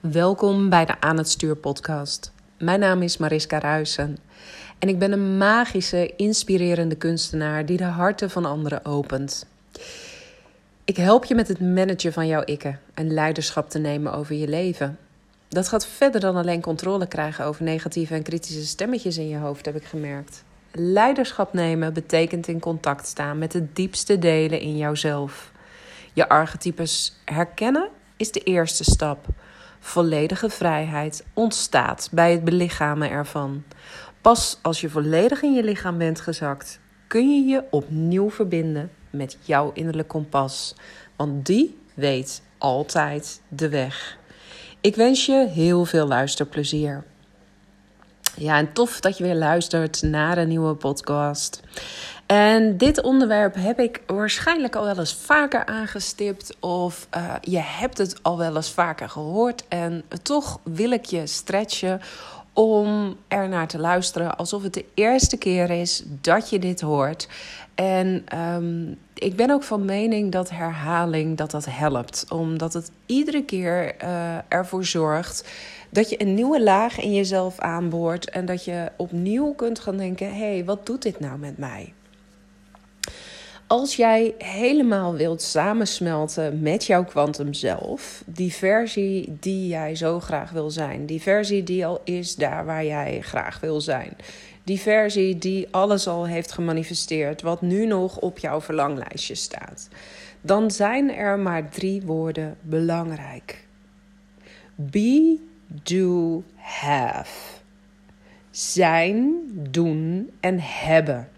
Welkom bij de Aan het Stuur podcast. Mijn naam is Mariska Ruijsen en ik ben een magische, inspirerende kunstenaar die de harten van anderen opent. Ik help je met het managen van jouw ikken en leiderschap te nemen over je leven. Dat gaat verder dan alleen controle krijgen over negatieve en kritische stemmetjes in je hoofd, heb ik gemerkt. Leiderschap nemen betekent in contact staan met de diepste delen in jouzelf. Je archetypes herkennen is de eerste stap. Volledige vrijheid ontstaat bij het belichamen ervan. Pas als je volledig in je lichaam bent gezakt, kun je je opnieuw verbinden met jouw innerlijk kompas. Want die weet altijd de weg. Ik wens je heel veel luisterplezier. Ja, en tof dat je weer luistert naar een nieuwe podcast. En dit onderwerp heb ik waarschijnlijk al wel eens vaker aangestipt of je hebt het al wel eens vaker gehoord. En toch wil ik je stretchen om er naar te luisteren alsof het de eerste keer is dat je dit hoort. En ik ben ook van mening dat herhaling dat helpt. Omdat het iedere keer ervoor zorgt dat je een nieuwe laag in jezelf aanboort. En dat je opnieuw kunt gaan denken, hé, wat doet dit nou met mij? Als jij helemaal wilt samensmelten met jouw kwantum zelf, die versie die jij zo graag wil zijn, die versie die al is daar waar jij graag wil zijn, die versie die alles al heeft gemanifesteerd, wat nu nog op jouw verlanglijstje staat, dan zijn er maar 3 woorden belangrijk. Be, do, have. Zijn, doen en hebben.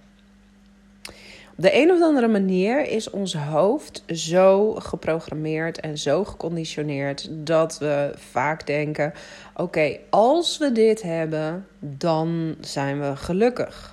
Op de een of andere manier is ons hoofd zo geprogrammeerd en zo geconditioneerd dat we vaak denken, oké, als we dit hebben, dan zijn we gelukkig.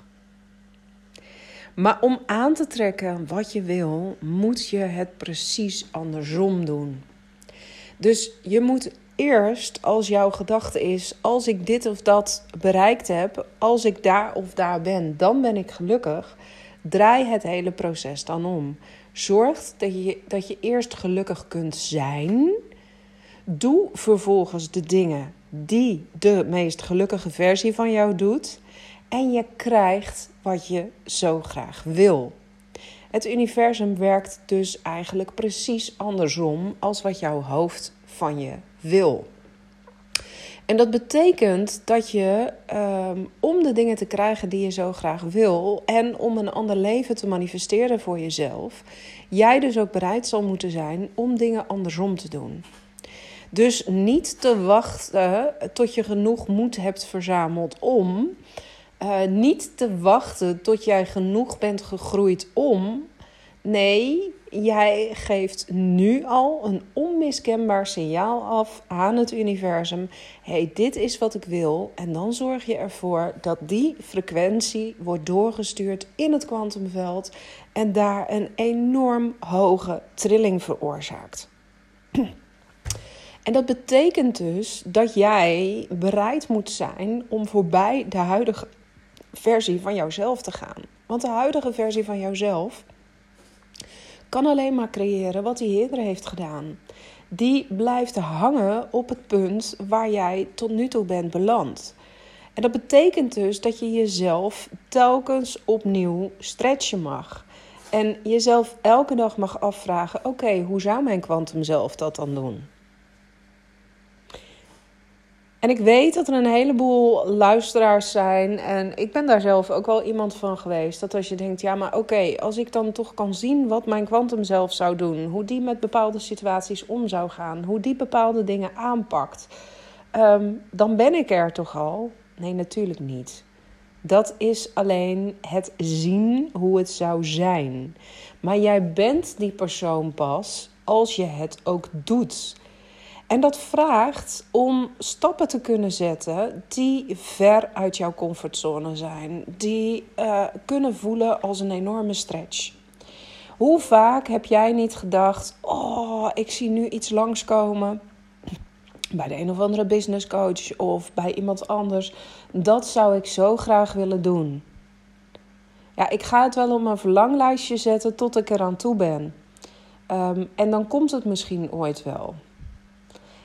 Maar om aan te trekken wat je wil, moet je het precies andersom doen. Dus je moet eerst, als jouw gedachte is, als ik dit of dat bereikt heb, als ik daar of daar ben, dan ben ik gelukkig. Draai het hele proces dan om. Zorg dat je eerst gelukkig kunt zijn. Doe vervolgens de dingen die de meest gelukkige versie van jou doet. En je krijgt wat je zo graag wil. Het universum werkt dus eigenlijk precies andersom als wat jouw hoofd van je wil. En dat betekent dat je, om de dingen te krijgen die je zo graag wil en om een ander leven te manifesteren voor jezelf, jij dus ook bereid zal moeten zijn om dingen andersom te doen. Dus niet te wachten tot je genoeg moed hebt verzameld om, niet te wachten tot jij genoeg bent gegroeid om. Nee, jij geeft nu al een onmiskenbaar signaal af aan het universum. Hé, dit is wat ik wil. En dan zorg je ervoor dat die frequentie wordt doorgestuurd in het kwantumveld en daar een enorm hoge trilling veroorzaakt. En dat betekent dus dat jij bereid moet zijn om voorbij de huidige versie van jouzelf te gaan. Want de huidige versie van jouzelf kan alleen maar creëren wat hij eerder heeft gedaan. Die blijft hangen op het punt waar jij tot nu toe bent beland. En dat betekent dus dat je jezelf telkens opnieuw stretchen mag. En jezelf elke dag mag afvragen, oké, hoe zou mijn kwantum zelf dat dan doen? En ik weet dat er een heleboel luisteraars zijn. En ik ben daar zelf ook wel iemand van geweest. Dat als je denkt, ja maar oké, als ik dan toch kan zien wat mijn kwantum zelf zou doen. Hoe die met bepaalde situaties om zou gaan. Hoe die bepaalde dingen aanpakt. Dan ben ik er toch al? Nee, natuurlijk niet. Dat is alleen het zien hoe het zou zijn. Maar jij bent die persoon pas als je het ook doet. En dat vraagt om stappen te kunnen zetten die ver uit jouw comfortzone zijn. Die kunnen voelen als een enorme stretch. Hoe vaak heb jij niet gedacht, oh, ik zie nu iets langskomen bij de een of andere business coach of bij iemand anders. Dat zou ik zo graag willen doen. Ja, ik ga het wel op mijn verlanglijstje zetten tot ik eraan toe ben. En dan komt het misschien ooit wel.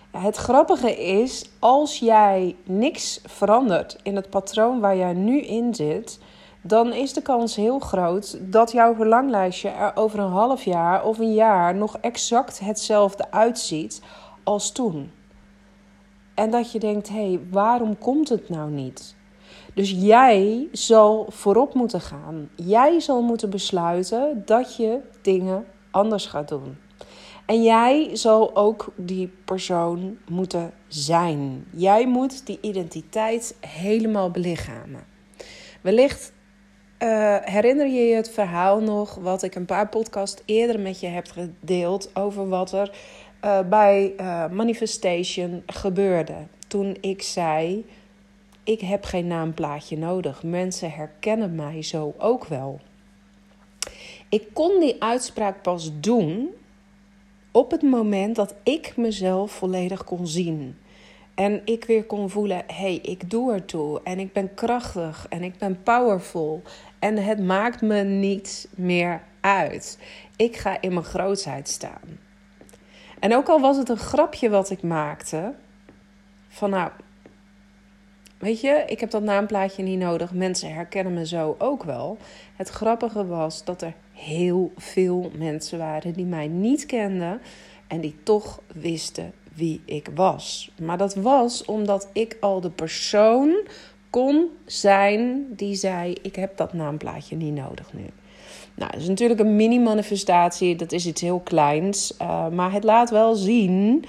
Ja, het grappige is, als jij niks verandert in het patroon waar jij nu in zit, dan is de kans heel groot dat jouw verlanglijstje er over een half jaar of een jaar nog exact hetzelfde uitziet als toen. En dat je denkt, hé, waarom komt het nou niet? Dus jij zal voorop moeten gaan. Jij zal moeten besluiten dat je dingen anders gaat doen. En jij zal ook die persoon moeten zijn. Jij moet die identiteit helemaal belichamen. Wellicht herinner je je het verhaal nog wat ik een paar podcasts eerder met je heb gedeeld over wat er bij Manifestation gebeurde. Toen ik zei, ik heb geen naamplaatje nodig. Mensen herkennen mij zo ook wel. Ik kon die uitspraak pas doen op het moment dat ik mezelf volledig kon zien. En ik weer kon voelen, hé, ik doe ertoe. En ik ben krachtig en ik ben powerful. En het maakt me niet meer uit. Ik ga in mijn grootheid staan. En ook al was het een grapje wat ik maakte. Van nou, weet je, ik heb dat naamplaatje niet nodig. Mensen herkennen me zo ook wel. Het grappige was dat er heel veel mensen waren die mij niet kenden. En die toch wisten wie ik was. Maar dat was omdat ik al de persoon kon zijn die zei, ik heb dat naamplaatje niet nodig nu. Nou, dat is natuurlijk een mini-manifestatie. Dat is iets heel kleins. Maar het laat wel zien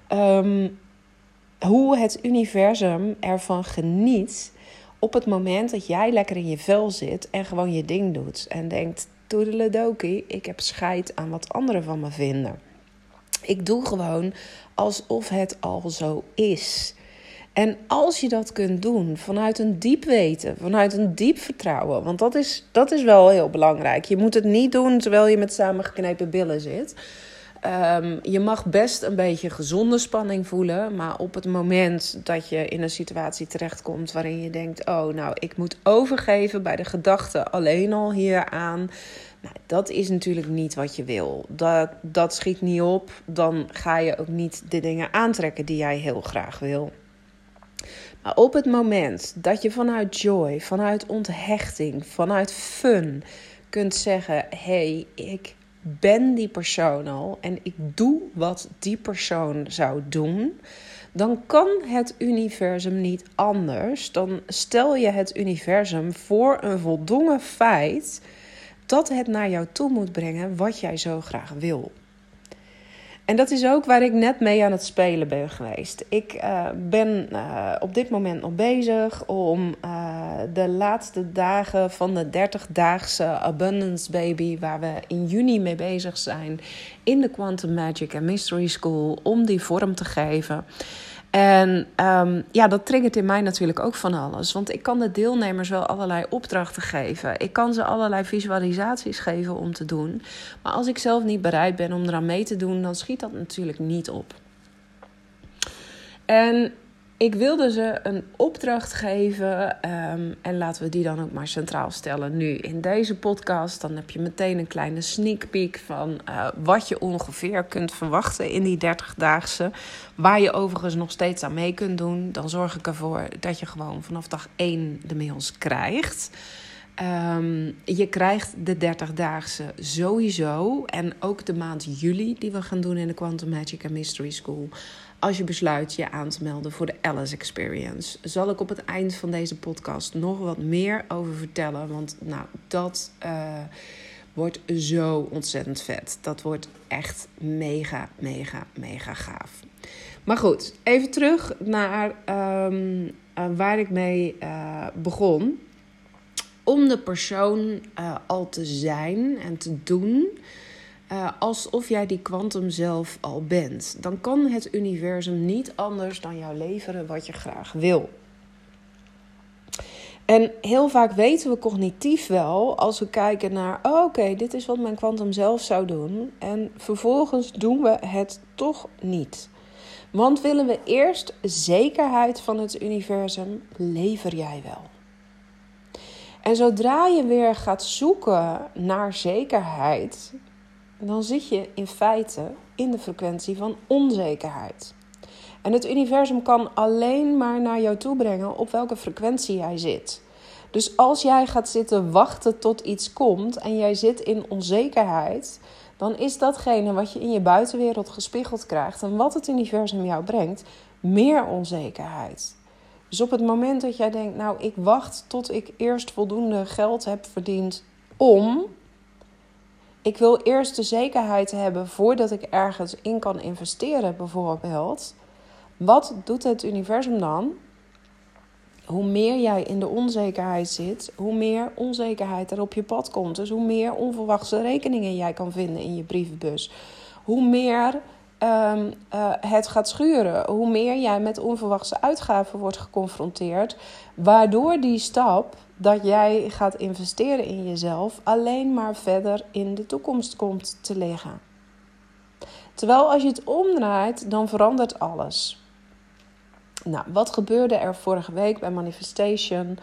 hoe het universum ervan geniet op het moment dat jij lekker in je vel zit en gewoon je ding doet. En denkt, toedeledokie, ik heb scheid aan wat anderen van me vinden. Ik doe gewoon alsof het al zo is. En als je dat kunt doen vanuit een diep weten, vanuit een diep vertrouwen. Want dat is wel heel belangrijk. Je moet het niet doen terwijl je met samengeknepen billen zit. Je mag best een beetje gezonde spanning voelen. Maar op het moment dat je in een situatie terechtkomt waarin je denkt, oh nou, ik moet overgeven bij de gedachte alleen al hieraan. Nou, dat is natuurlijk niet wat je wil. Dat schiet niet op. Dan ga je ook niet de dingen aantrekken die jij heel graag wil. Maar op het moment dat je vanuit joy, vanuit onthechting, vanuit fun kunt zeggen, hé, ik ben die persoon al en ik doe wat die persoon zou doen, dan kan het universum niet anders. Dan stel je het universum voor een voldongen feit dat het naar jou toe moet brengen wat jij zo graag wil. En dat is ook waar ik net mee aan het spelen ben geweest. Ik ben op dit moment nog bezig om de laatste dagen van de 30-daagse Abundance Baby, waar we in juni mee bezig zijn, in de Quantum Magic and Mystery School, om die vorm te geven. En dat triggert in mij natuurlijk ook van alles. Want ik kan de deelnemers wel allerlei opdrachten geven. Ik kan ze allerlei visualisaties geven om te doen. Maar als ik zelf niet bereid ben om eraan mee te doen, dan schiet dat natuurlijk niet op. En ik wilde ze een opdracht geven. En laten we die dan ook maar centraal stellen nu in deze podcast. Dan heb je meteen een kleine sneak peek van wat je ongeveer kunt verwachten in die 30-daagse. Waar je overigens nog steeds aan mee kunt doen. Dan zorg ik ervoor dat je gewoon vanaf dag 1 de mails krijgt. Je krijgt de 30-daagse sowieso. En ook de maand juli die we gaan doen in de Quantum Magic and Mystery School. Als je besluit je aan te melden voor de Alice Experience. Zal ik op het eind van deze podcast nog wat meer over vertellen. Want nou, dat wordt zo ontzettend vet. Dat wordt echt mega, mega, mega gaaf. Maar goed, even terug naar waar ik mee begon. Om de persoon al te zijn en te doen alsof jij die kwantum zelf al bent. Dan kan het universum niet anders dan jou leveren wat je graag wil. En heel vaak weten we cognitief wel, als we kijken naar, oké, dit is wat mijn kwantum zelf zou doen. En vervolgens doen we het toch niet. Want willen we eerst zekerheid van het universum, lever jij wel. En zodra je weer gaat zoeken naar zekerheid, dan zit je in feite in de frequentie van onzekerheid. En het universum kan alleen maar naar jou toe brengen op welke frequentie jij zit. Dus als jij gaat zitten wachten tot iets komt en jij zit in onzekerheid, dan is datgene wat je in je buitenwereld gespiegeld krijgt en wat het universum jou brengt, meer onzekerheid. Dus op het moment dat jij denkt, nou, ik wacht tot ik eerst voldoende geld heb verdiend ik wil eerst de zekerheid hebben voordat ik ergens in kan investeren bijvoorbeeld. Wat doet het universum dan? Hoe meer jij in de onzekerheid zit, hoe meer onzekerheid er op je pad komt. Dus hoe meer onverwachte rekeningen jij kan vinden in je brievenbus. Hoe meer het gaat schuren. Hoe meer jij met onverwachte uitgaven wordt geconfronteerd. Waardoor die stap dat jij gaat investeren in jezelf alleen maar verder in de toekomst komt te liggen. Terwijl als je het omdraait, dan verandert alles. Nou, wat gebeurde er vorige week bij Manifestation?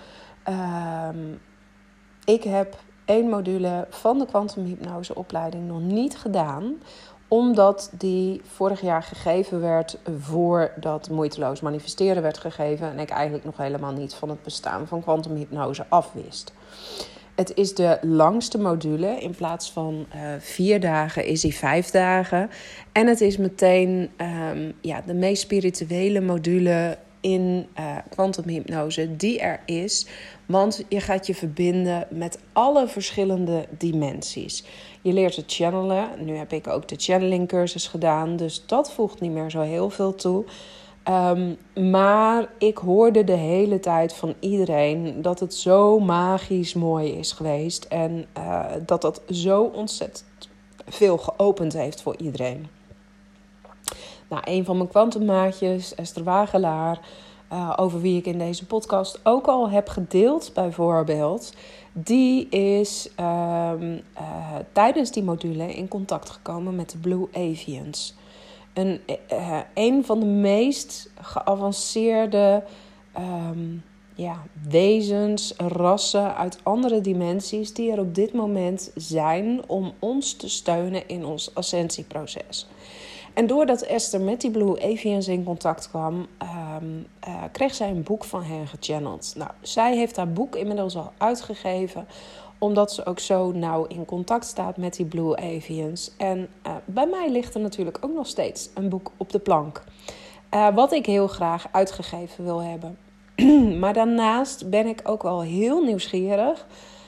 Ik heb 1 module van de Quantum Hypnose opleiding nog niet gedaan, omdat die vorig jaar gegeven werd voordat moeiteloos manifesteren werd gegeven en ik eigenlijk nog helemaal niet van het bestaan van Quantum Hypnose afwist. Het is de langste module. In plaats van 4 dagen is die 5 dagen. En het is meteen de meest spirituele module in kwantumhypnose die er is. Want je gaat je verbinden met alle verschillende dimensies. Je leert het channelen. Nu heb ik ook de channeling cursus gedaan. Dus dat voegt niet meer zo heel veel toe. Maar ik hoorde de hele tijd van iedereen dat het zo magisch mooi is geweest. En dat zo ontzettend veel geopend heeft voor iedereen. Nou, een van mijn kwantummaatjes, Esther Wagelaar, over wie ik in deze podcast ook al heb gedeeld bijvoorbeeld, die is tijdens die module in contact gekomen met de Blue Avians. Een van de meest geavanceerde wezens, rassen uit andere dimensies die er op dit moment zijn om ons te steunen in ons ascensieproces. En doordat Esther met die Blue Avians in contact kwam, kreeg zij een boek van hen gechanneld. Nou, zij heeft haar boek inmiddels al uitgegeven, omdat ze ook zo nauw in contact staat met die Blue Avians. En bij mij ligt er natuurlijk ook nog steeds een boek op de plank. Wat ik heel graag uitgegeven wil hebben. Maar daarnaast ben ik ook wel heel nieuwsgierig.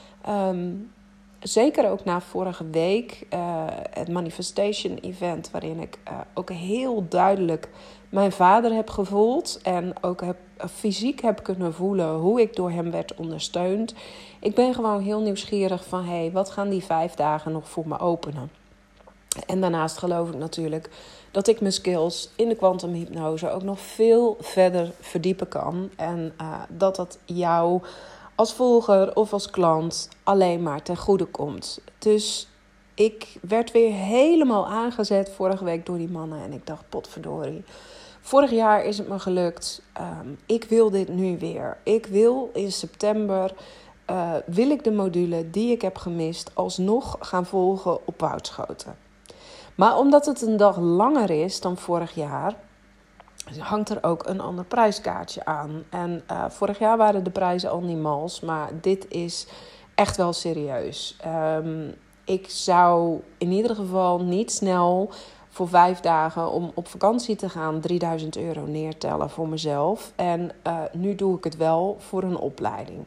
Zeker ook na vorige week, het Manifestation Event, waarin ik ook heel duidelijk mijn vader heb gevoeld en ook fysiek heb kunnen voelen hoe ik door hem werd ondersteund. Ik ben gewoon heel nieuwsgierig van, wat gaan die 5 dagen nog voor me openen? En daarnaast geloof ik natuurlijk dat ik mijn skills in de kwantumhypnose ook nog veel verder verdiepen kan. En dat jou als volger of als klant alleen maar ten goede komt. Dus ik werd weer helemaal aangezet vorige week door die mannen. En ik dacht, potverdorie. Vorig jaar is het me gelukt. Ik wil dit nu weer. Ik wil in september, wil ik de module die ik heb gemist alsnog gaan volgen op Woudschoten. Maar omdat het een dag langer is dan vorig jaar, hangt er ook een ander prijskaartje aan. En vorig jaar waren de prijzen al niet mals, maar dit is echt wel serieus. Ik zou in ieder geval niet snel voor 5 dagen om op vakantie te gaan €3000 neertellen voor mezelf. En nu doe ik het wel voor een opleiding.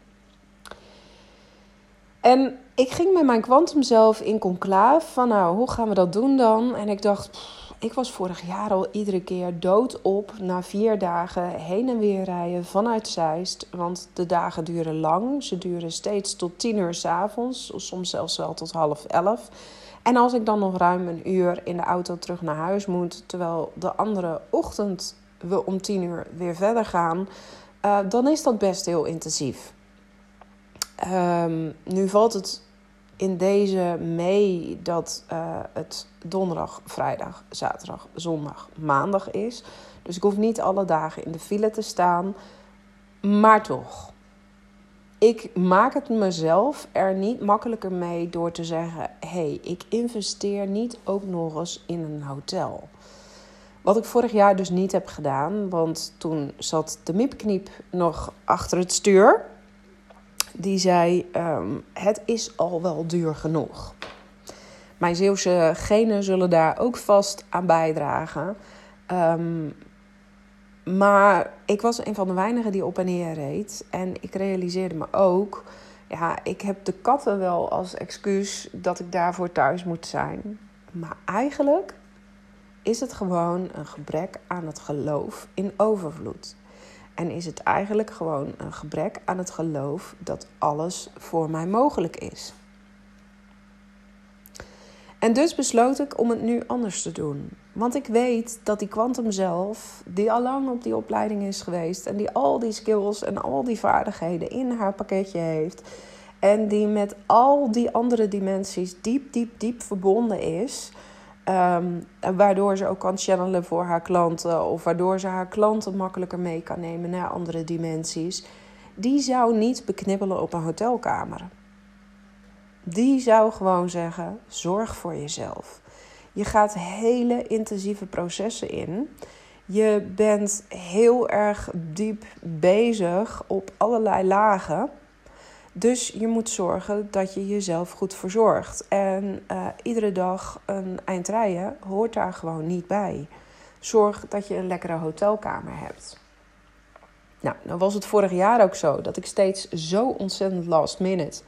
En ik ging met mijn kwantum zelf in conclaaf van, hoe gaan we dat doen dan? En ik dacht, ik was vorig jaar al iedere keer doodop na 4 dagen heen en weer rijden vanuit Zeist. Want de dagen duren lang. Ze duren steeds tot 10:00 's avonds, soms zelfs wel tot 10:30. En als ik dan nog ruim een uur in de auto terug naar huis moet, terwijl de andere ochtend we om 10:00 weer verder gaan, dan is dat best heel intensief. Nu valt het in deze mee dat het donderdag, vrijdag, zaterdag, zondag, maandag is. Dus ik hoef niet alle dagen in de file te staan. Maar toch, ik maak het mezelf er niet makkelijker mee door te zeggen, ik investeer niet ook nog eens in een hotel. Wat ik vorig jaar dus niet heb gedaan, want toen zat de miepkniep nog achter het stuur. Die zei, het is al wel duur genoeg. Mijn Zeeuwse genen zullen daar ook vast aan bijdragen. Maar ik was een van de weinigen die op en neer reed. En ik realiseerde me ook, ja, ik heb de katten wel als excuus dat ik daarvoor thuis moet zijn. Maar eigenlijk is het gewoon een gebrek aan het geloof in overvloed. En is het eigenlijk gewoon een gebrek aan het geloof dat alles voor mij mogelijk is. En dus besloot ik om het nu anders te doen. Want ik weet dat die Quantum zelf, die al lang op die opleiding is geweest en die al die skills en al die vaardigheden in haar pakketje heeft en die met al die andere dimensies diep verbonden is, waardoor ze ook kan channelen voor haar klanten of waardoor ze haar klanten makkelijker mee kan nemen naar andere dimensies, die zou niet beknibbelen op een hotelkamer. Die zou gewoon zeggen, zorg voor jezelf. Je gaat hele intensieve processen in. Je bent heel erg diep bezig op allerlei lagen. Dus je moet zorgen dat je jezelf goed verzorgt. En iedere dag een eind rijden hoort daar gewoon niet bij. Zorg dat je een lekkere hotelkamer hebt. Nou was het vorig jaar ook zo dat ik steeds zo ontzettend last minute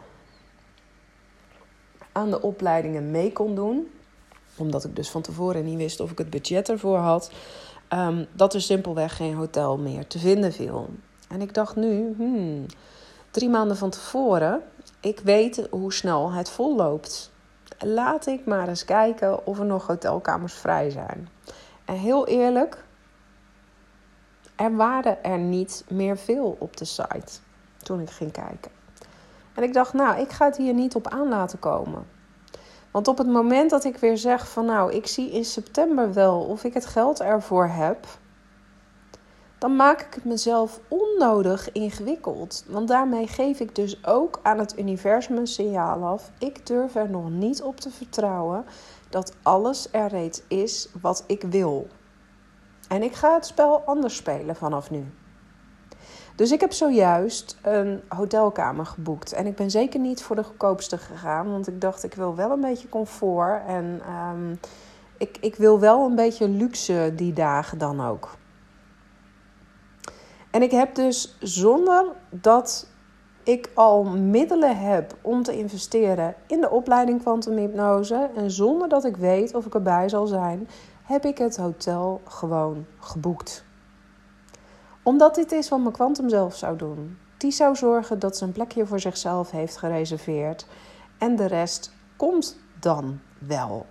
aan de opleidingen mee kon doen. Omdat ik dus van tevoren niet wist of ik het budget ervoor had. Dat er simpelweg geen hotel meer te vinden viel. En ik dacht nu, 3 maanden van tevoren, ik weet hoe snel het vol loopt. Laat ik maar eens kijken of er nog hotelkamers vrij zijn. En heel eerlijk, er waren er niet meer veel op de site toen ik ging kijken. En ik dacht, ik ga het hier niet op aan laten komen. Want op het moment dat ik weer zeg van ik zie in september wel of ik het geld ervoor heb, dan maak ik het mezelf onnodig ingewikkeld. Want daarmee geef ik dus ook aan het universum een signaal af. Ik durf er nog niet op te vertrouwen dat alles er reeds is wat ik wil. En ik ga het spel anders spelen vanaf nu. Dus ik heb zojuist een hotelkamer geboekt. En ik ben zeker niet voor de goedkoopste gegaan. Want ik dacht, ik wil wel een beetje comfort. En ik wil wel een beetje luxe die dagen dan ook. En ik heb dus, zonder dat ik al middelen heb om te investeren in de opleiding kwantumhypnose, en zonder dat ik weet of ik erbij zal zijn, heb ik het hotel gewoon geboekt. Omdat dit is wat mijn kwantum zelf zou doen. Die zou zorgen dat ze een plekje voor zichzelf heeft gereserveerd. En de rest komt dan wel.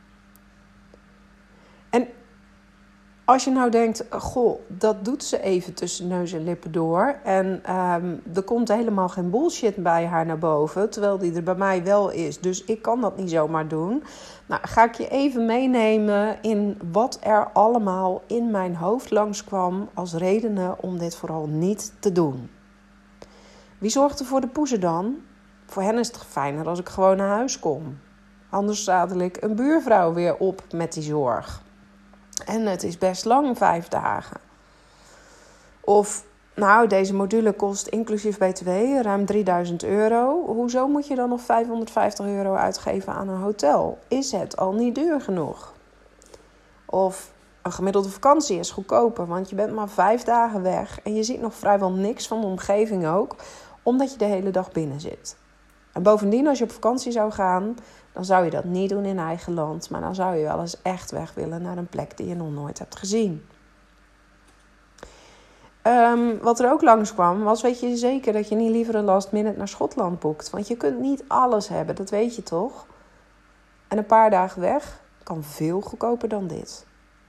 En als je nou denkt, dat doet ze even tussen neus en lippen door. En er komt helemaal geen bullshit bij haar naar boven. Terwijl die er bij mij wel is. Dus ik kan dat niet zomaar doen. Nou, ga ik je even meenemen in wat er allemaal in mijn hoofd langskwam als redenen om dit vooral niet te doen. Wie zorgt er voor de poezen dan? Voor hen is het fijner als ik gewoon naar huis kom. Anders zadel ik een buurvrouw weer op met die zorg. En het is best lang, 5 dagen. Of, deze module kost inclusief BTW ruim €3.000. Hoezo moet je dan nog €550 uitgeven aan een hotel? Is het al niet duur genoeg? Of een gemiddelde vakantie is goedkoper, want je bent maar 5 dagen weg. En je ziet nog vrijwel niks van de omgeving ook, omdat je de hele dag binnen zit. En bovendien, als je op vakantie zou gaan, dan zou je dat niet doen in eigen land. Maar dan zou je wel eens echt weg willen naar een plek die je nog nooit hebt gezien. Wat er ook langskwam was, weet je zeker dat je niet liever een last minute naar Schotland boekt. Want je kunt niet alles hebben, dat weet je toch? En een paar dagen weg kan veel goedkoper dan dit.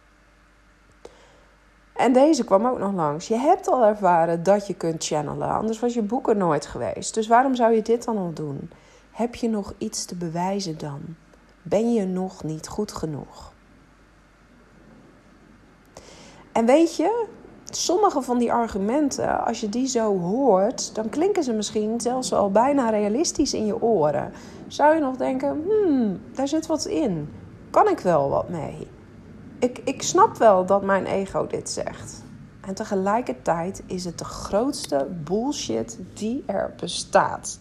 En deze kwam ook nog langs. Je hebt al ervaren dat je kunt channelen, anders was je boek er nooit geweest. Dus waarom zou je dit dan nog doen? Heb je nog iets te bewijzen dan? Ben je nog niet goed genoeg? En weet je, sommige van die argumenten, als je die zo hoort, dan klinken ze misschien zelfs al bijna realistisch in je oren. Zou je nog denken, daar zit wat in. Kan ik wel wat mee? Ik snap wel dat mijn ego dit zegt. En tegelijkertijd is het de grootste bullshit die er bestaat.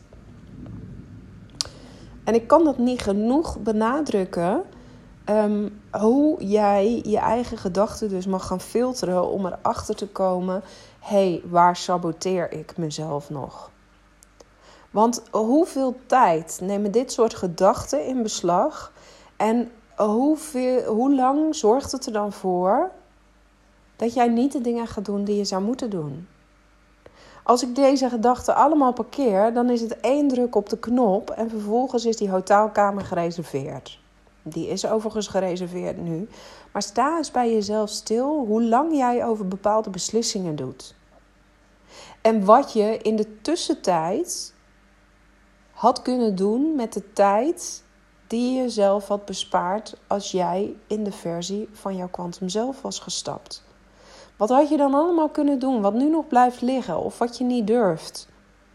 En ik kan dat niet genoeg benadrukken. Hoe jij je eigen gedachten dus mag gaan filteren om erachter te komen. Hé, waar saboteer ik mezelf nog? Want hoeveel tijd nemen dit soort gedachten in beslag? En hoe lang zorgt het er dan voor dat jij niet de dingen gaat doen die je zou moeten doen? Als ik deze gedachten allemaal parkeer, dan is het 1 druk op de knop en vervolgens is die hotelkamer gereserveerd. Die is overigens gereserveerd nu. Maar sta eens bij jezelf stil hoe lang jij over bepaalde beslissingen doet. En wat je in de tussentijd had kunnen doen met de tijd die je jezelf had bespaard als jij in de versie van jouw Quantum Zelf was gestapt. Wat had je dan allemaal kunnen doen wat nu nog blijft liggen of wat je niet durft?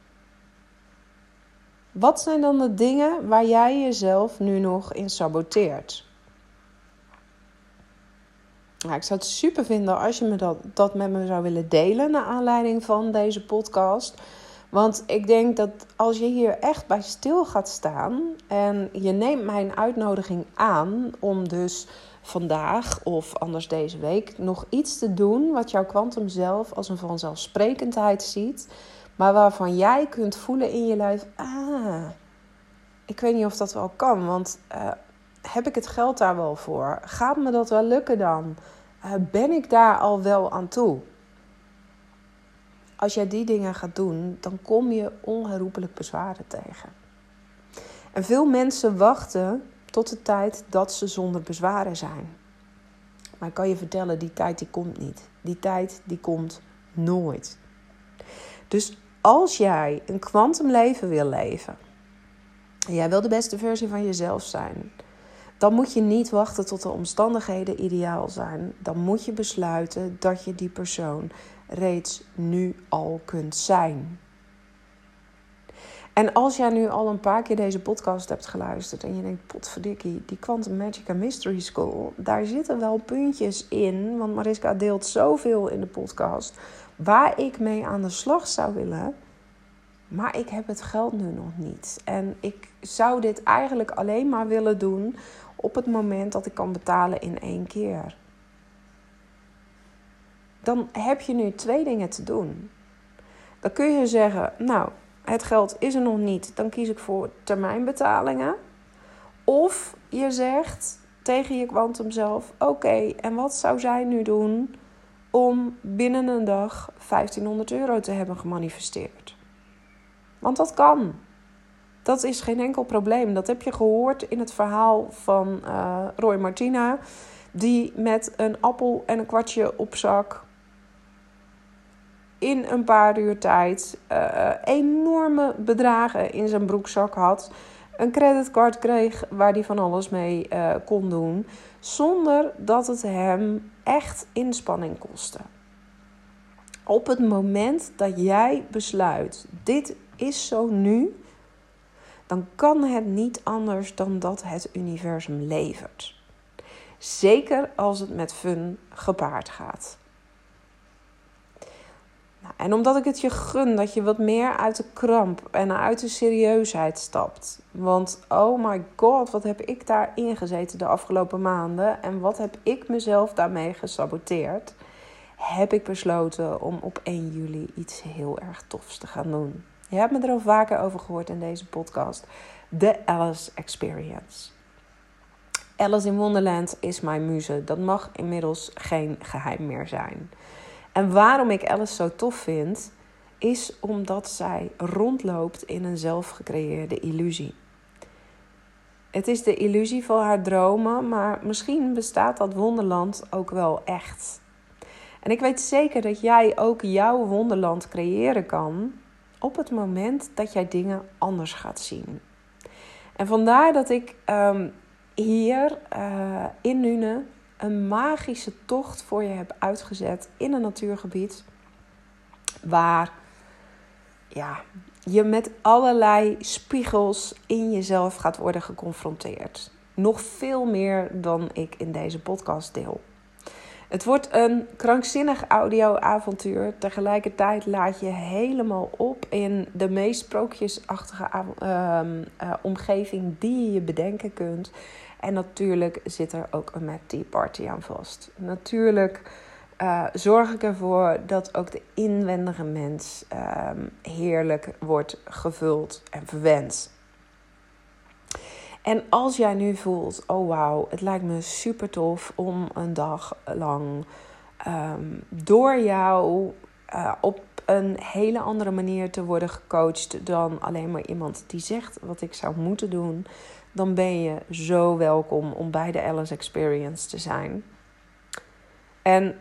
Wat zijn dan de dingen waar jij jezelf nu nog in saboteert? Nou, ik zou het super vinden als je me dat met me zou willen delen naar aanleiding van deze podcast. Want ik denk dat als je hier echt bij stil gaat staan en je neemt mijn uitnodiging aan om dus vandaag of anders deze week nog iets te doen wat jouw Quantum Zelf als een vanzelfsprekendheid ziet, maar waarvan jij kunt voelen in je lijf, ik weet niet of dat wel kan, want heb ik het geld daar wel voor? Gaat me dat wel lukken dan? Ben ik daar al wel aan toe? Als jij die dingen gaat doen, dan kom je onherroepelijk bezwaren tegen. En veel mensen wachten tot de tijd dat ze zonder bezwaren zijn. Maar ik kan je vertellen, die tijd die komt niet. Die tijd die komt nooit. Dus als jij een kwantumleven wil leven, en jij wil de beste versie van jezelf zijn, dan moet je niet wachten tot de omstandigheden ideaal zijn. Dan moet je besluiten dat je die persoon reeds nu al kunt zijn. En als jij nu al een paar keer deze podcast hebt geluisterd en je denkt, potverdikkie, die Quantum Magic and Mystery School, daar zitten wel puntjes in, want Mariska deelt zoveel in de podcast, waar ik mee aan de slag zou willen, maar ik heb het geld nu nog niet. En ik zou dit eigenlijk alleen maar willen doen op het moment dat ik kan betalen in 1 keer. Dan heb je nu 2 dingen te doen. Dan kun je zeggen, nou, het geld is er nog niet, dan kies ik voor termijnbetalingen. Of je zegt tegen je Quantum Zelf, oké, en wat zou zij nu doen om binnen een dag €1500 te hebben gemanifesteerd? Want dat kan. Dat is geen enkel probleem. Dat heb je gehoord in het verhaal van Roy Martina, die met een appel en een kwartje op zak in een paar uur tijd enorme bedragen in zijn broekzak had. Een creditcard kreeg waar hij van alles mee kon doen, zonder dat het hem echt inspanning kostte. Op het moment dat jij besluit, dit is zo nu, dan kan het niet anders dan dat het universum levert. Zeker als het met fun gepaard gaat. Nou, en omdat ik het je gun dat je wat meer uit de kramp en uit de serieusheid stapt. Want oh my god, wat heb ik daarin gezeten de afgelopen maanden. En wat heb ik mezelf daarmee gesaboteerd. Heb ik besloten om op 1 juli iets heel erg tofs te gaan doen. Je hebt me er al vaker over gehoord in deze podcast. De Alice Experience. Alice in Wonderland is mijn muze. Dat mag inmiddels geen geheim meer zijn. En waarom ik Alice zo tof vind, is omdat zij rondloopt in een zelfgecreëerde illusie. Het is de illusie van haar dromen, maar misschien bestaat dat wonderland ook wel echt. En ik weet zeker dat jij ook jouw wonderland creëren kan op het moment dat jij dingen anders gaat zien. En vandaar dat ik hier in Nune een magische tocht voor je heb uitgezet in een natuurgebied waar je met allerlei spiegels in jezelf gaat worden geconfronteerd. Nog veel meer dan ik in deze podcast deel. Het wordt een krankzinnig audio-avontuur. Tegelijkertijd laat je helemaal op in de meest sprookjesachtige omgeving die je bedenken kunt. En natuurlijk zit er ook een Mad Tea Party aan vast. Natuurlijk zorg ik ervoor dat ook de inwendige mens heerlijk wordt gevuld en verwend. En als jij nu voelt, oh wauw, het lijkt me super tof om een dag lang door jou op een hele andere manier te worden gecoacht dan alleen maar iemand die zegt wat ik zou moeten doen, dan ben je zo welkom om bij de Alice Experience te zijn. En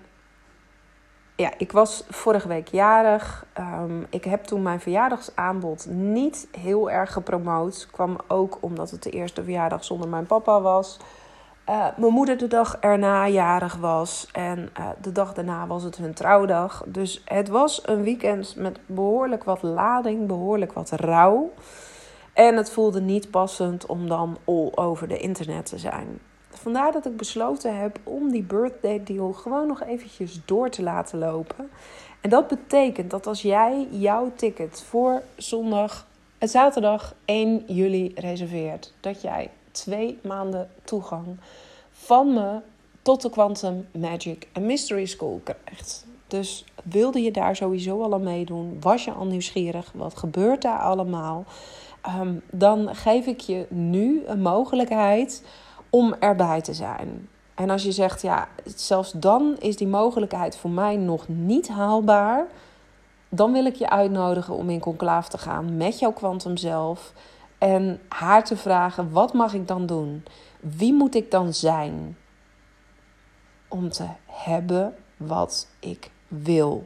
ja, ik was vorige week jarig. Ik heb toen mijn verjaardagsaanbod niet heel erg gepromoot. Kwam ook omdat het de eerste verjaardag zonder mijn papa was. Mijn moeder de dag erna jarig was. En de dag daarna was het hun trouwdag. Dus het was een weekend met behoorlijk wat lading, behoorlijk wat rouw. En het voelde niet passend om dan all over de internet te zijn. Vandaar dat ik besloten heb om die birthday deal gewoon nog eventjes door te laten lopen. En dat betekent dat als jij jouw ticket voor zaterdag 1 juli reserveert, dat jij 2 maanden toegang van me tot de Quantum Magic and Mystery School krijgt. Dus wilde je daar sowieso al aan meedoen? Was je al nieuwsgierig? Wat gebeurt daar allemaal? Dan geef ik je nu een mogelijkheid om erbij te zijn. En als je zegt, ja, zelfs dan is die mogelijkheid voor mij nog niet haalbaar, dan wil ik je uitnodigen om in conclave te gaan met jouw kwantum zelf en haar te vragen, wat mag ik dan doen? Wie moet ik dan zijn om te hebben wat ik wil?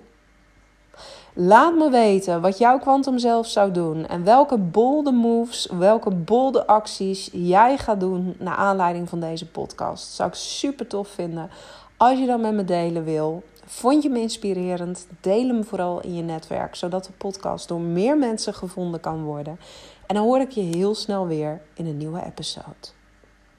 Laat me weten wat jouw kwantum zelf zou doen en welke bolde moves, welke bolde acties jij gaat doen naar aanleiding van deze podcast. Dat zou ik super tof vinden als je dat met me delen wil. Vond je me inspirerend? Deel hem vooral in je netwerk, zodat de podcast door meer mensen gevonden kan worden. En dan hoor ik je heel snel weer in een nieuwe episode.